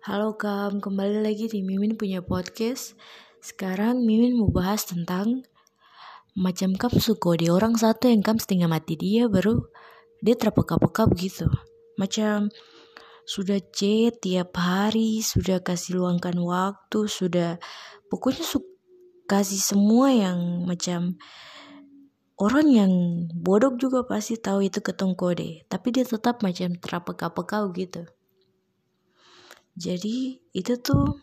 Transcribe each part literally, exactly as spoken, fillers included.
Halo Kam, kembali lagi di Mimin punya podcast. Sekarang Mimin mau bahas tentang macam Kam suka di orang satu yang Kam setengah mati dia baru dia terpeka-peka begitu. Macam sudah chat tiap hari, sudah kasih luangkan waktu, sudah pokoknya su kasih semua yang macam orang yang bodoh juga pasti tahu itu ketong kode, tapi dia tetap macam terpeka-peka gitu. Jadi itu tuh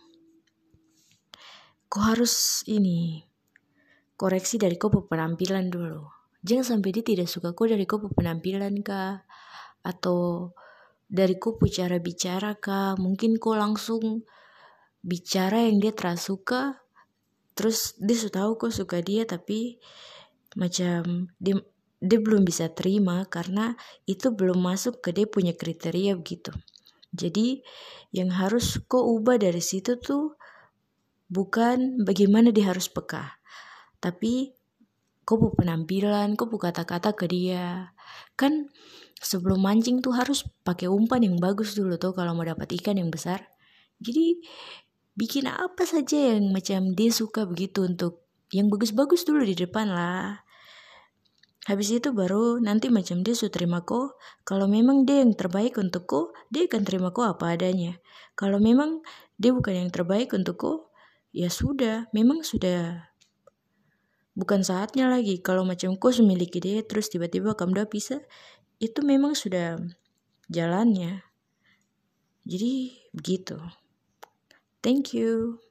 kau harus ini koreksi dari kau penampilan dulu. Jangan sampai dia tidak suka kau dari kau penampilan kah, atau dari kau cara bicara kah. Mungkin kau langsung bicara yang dia terasuka, terus dia sudah tahu kau suka dia tapi macam dia dia belum bisa terima karena itu belum masuk ke dia punya kriteria begitu. Jadi yang harus kau ubah dari situ tuh bukan bagaimana dia harus peka, tapi kau bu penampilan, kau bu kata-kata ke dia. Kan sebelum mancing tuh harus pakai umpan yang bagus dulu tuh kalau mau dapat ikan yang besar. Jadi bikin apa saja yang macam dia suka begitu, untuk yang bagus-bagus dulu di depan lah. Habis itu baru nanti macam dia sudah terima kau. Kalau memang dia yang terbaik untuk kau, dia akan terima kau apa adanya. Kalau memang dia bukan yang terbaik untuk kau, ya sudah, memang sudah bukan saatnya lagi. Kalau macam kau memiliki dia terus tiba-tiba kamu udah pisah, itu memang sudah jalannya. Jadi begitu. Thank you.